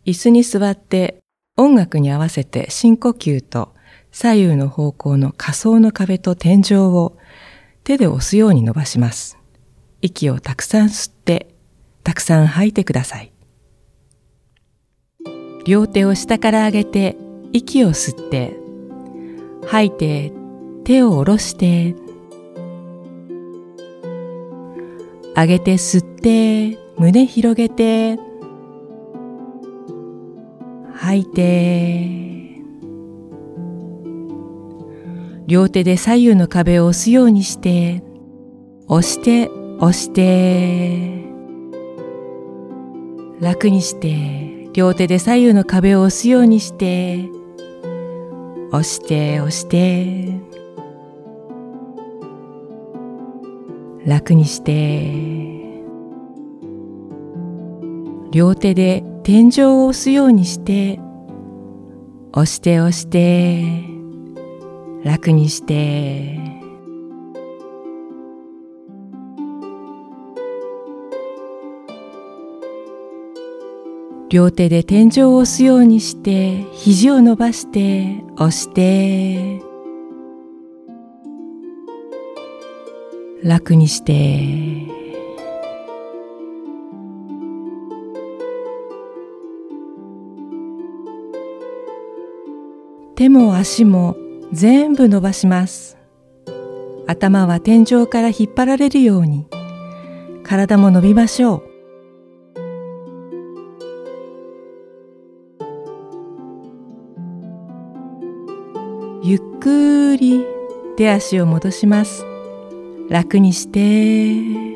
椅子に座って音楽に合わせて深呼吸と左右の方向の下層の壁と天井を手で押すように伸ばします。息をたくさん吸って、たくさん吐いてください。両手を下から上げて息を吸って、吐いて手を下ろして、上げて吸って胸広げて、吐いて、両手で左右の壁を押すようにして、押して押して、楽にして、両手で左右の壁を押すようにして、押して押して、楽にして、両手で天井を押すようにして、押して押して、楽にして、両手で天井を押すようにして、肘を伸ばして押して、楽にして、手も足も全部伸ばします。頭は天井から引っ張られるように、体も伸びましょう。ゆっくり手足を戻します。楽にして、